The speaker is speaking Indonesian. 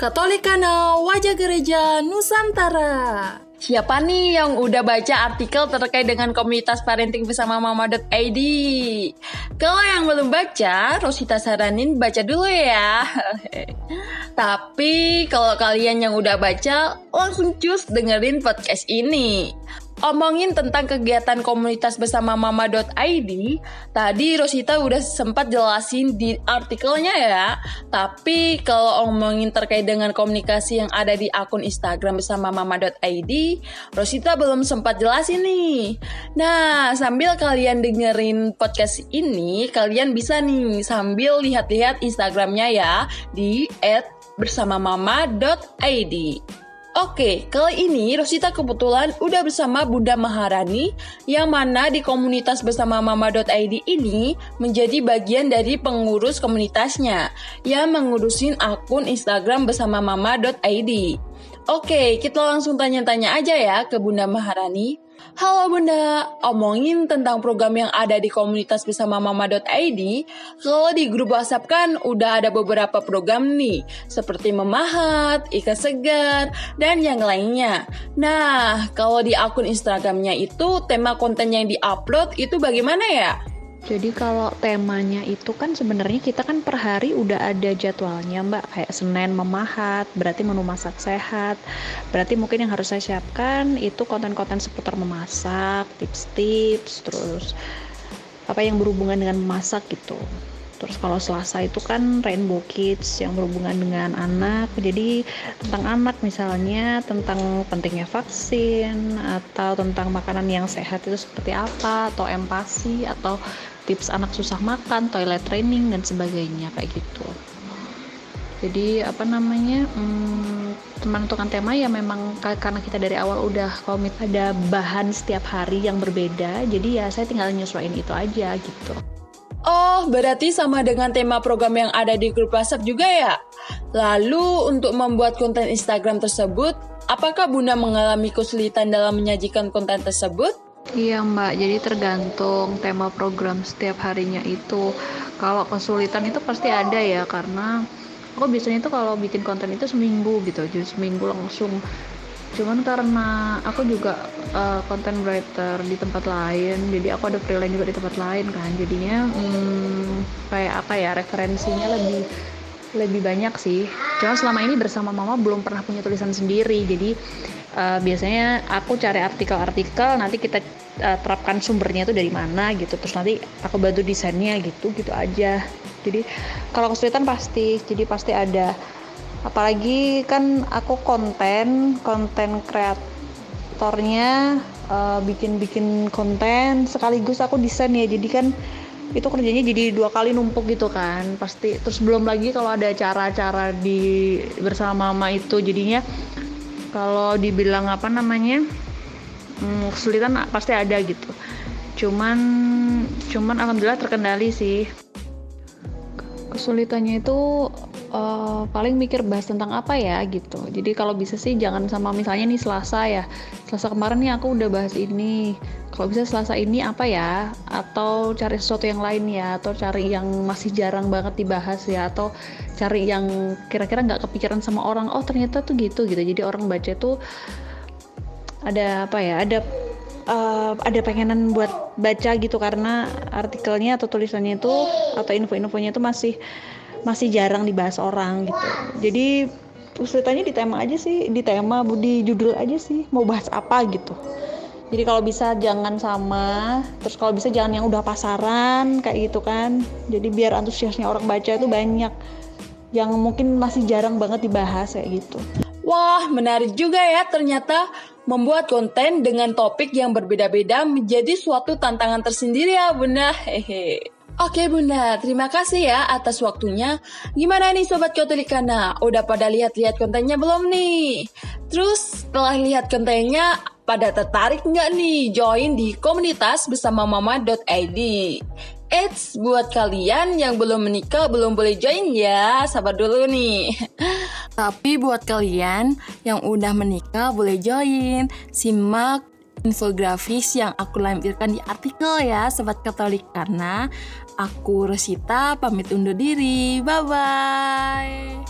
Katolikana Wajah Gereja Nusantara. Siapa nih yang udah baca artikel terkait dengan komunitas parenting bersama mama.id? Kalau yang belum baca, Rosita saranin baca dulu ya. Tapi kalau kalian yang udah baca, langsung cus dengerin podcast ini. Omongin tentang kegiatan komunitas bersama mama.id, tadi Rosita udah sempat jelasin di artikelnya ya. Tapi kalau omongin terkait dengan komunikasi yang ada di akun Instagram bersama mama.id, Rosita belum sempat jelasin nih. Nah, sambil kalian dengerin podcast ini, kalian bisa nih sambil lihat-lihat Instagramnya ya di @bersamamama.id. Oke, kali ini Rosita kebetulan udah bersama Bunda Maharani yang mana di komunitas bersama mama.id ini menjadi bagian dari pengurus komunitasnya yang mengurusin akun Instagram bersama mama.id. Oke, kita langsung tanya-tanya aja ya ke Bunda Maharani. Halo Bunda, omongin tentang program yang ada di komunitas bersama mama.id. Kalau di grup WhatsApp kan udah ada beberapa program nih, seperti Memahat, Ikat Segar, dan yang lainnya. Nah, kalau di akun Instagramnya itu tema konten yang diupload itu bagaimana ya? Jadi kalau temanya itu kan sebenarnya kita kan per hari udah ada jadwalnya Mbak. Kayak Senin Memahat, berarti menu masak sehat. Berarti mungkin yang harus saya siapkan itu konten-konten seputar memasak, tips-tips, terus apa yang berhubungan dengan memasak gitu. Terus kalau Selasa itu kan Rainbow Kids yang berhubungan dengan anak. Jadi tentang anak misalnya, tentang pentingnya vaksin, atau tentang makanan yang sehat itu seperti apa, atau empati, atau tips anak susah makan, toilet training, dan sebagainya kayak gitu. Jadi menentukan tema ya memang karena kita dari awal udah komit ada bahan setiap hari yang berbeda. Jadi ya saya tinggal nyesuaiin itu aja gitu. Oh, berarti sama dengan tema program yang ada di grup WhatsApp juga ya? Lalu untuk membuat konten Instagram tersebut, apakah Bunda mengalami kesulitan dalam menyajikan konten tersebut? Iya Mbak, jadi tergantung tema program setiap harinya itu. Kalau kesulitan itu pasti ada ya, karena aku biasanya itu kalau bikin konten itu seminggu gitu, jadi seminggu langsung. Cuman karena aku juga content writer di tempat lain, jadi aku ada freelance juga di tempat lain kan, jadinya referensinya lebih banyak sih. Cuma selama ini bersama mama belum pernah punya tulisan sendiri, jadi biasanya aku cari artikel-artikel, nanti kita terapkan sumbernya itu dari mana gitu, terus nanti aku bantu desainnya gitu aja. Jadi kalau kesulitan pasti ada. Apalagi kan aku konten kreatornya, bikin konten sekaligus aku desain ya, jadi kan itu kerjanya jadi 2 kali numpuk gitu kan pasti. Terus belum lagi kalau ada acara-acara di bersama mama itu, jadinya kalau dibilang kesulitan pasti ada gitu. Cuman alhamdulillah terkendali sih. Kesulitannya itu paling mikir bahas tentang apa ya gitu. Jadi kalau bisa sih jangan sama misalnya nih Selasa kemarin nih aku udah bahas ini, kalau bisa Selasa ini apa ya, atau cari sesuatu yang lain ya, atau cari yang masih jarang banget dibahas ya, atau cari yang kira-kira nggak kepikiran sama orang, oh ternyata tuh gitu. Jadi orang baca tuh ada pengenan buat baca gitu, karena artikelnya atau tulisannya itu atau info-infonya itu masih jarang dibahas orang gitu. Jadi kesulitannya di judul aja sih, mau bahas apa gitu. Jadi kalau bisa jangan sama, terus kalau bisa jangan yang udah pasaran kayak gitu kan. Jadi biar antusiasnya orang baca itu banyak, yang mungkin masih jarang banget dibahas kayak gitu. Wah, menarik juga ya, ternyata membuat konten dengan topik yang berbeda-beda menjadi suatu tantangan tersendiri ya Bunda. Oke Bunda, terima kasih ya atas waktunya. Gimana nih Sobat Katolikana? Udah pada lihat-lihat kontennya belum nih? Terus setelah lihat kontennya, pada tertarik nggak nih join di komunitas bersama mama.id? Eits, buat kalian yang belum menikah belum boleh join ya, sabar dulu nih. Tapi buat kalian yang udah menikah boleh join. Simak infografis yang aku lampirkan di artikel ya Sobat Katolikana. Aku Rosita pamit undur diri. Bye-bye.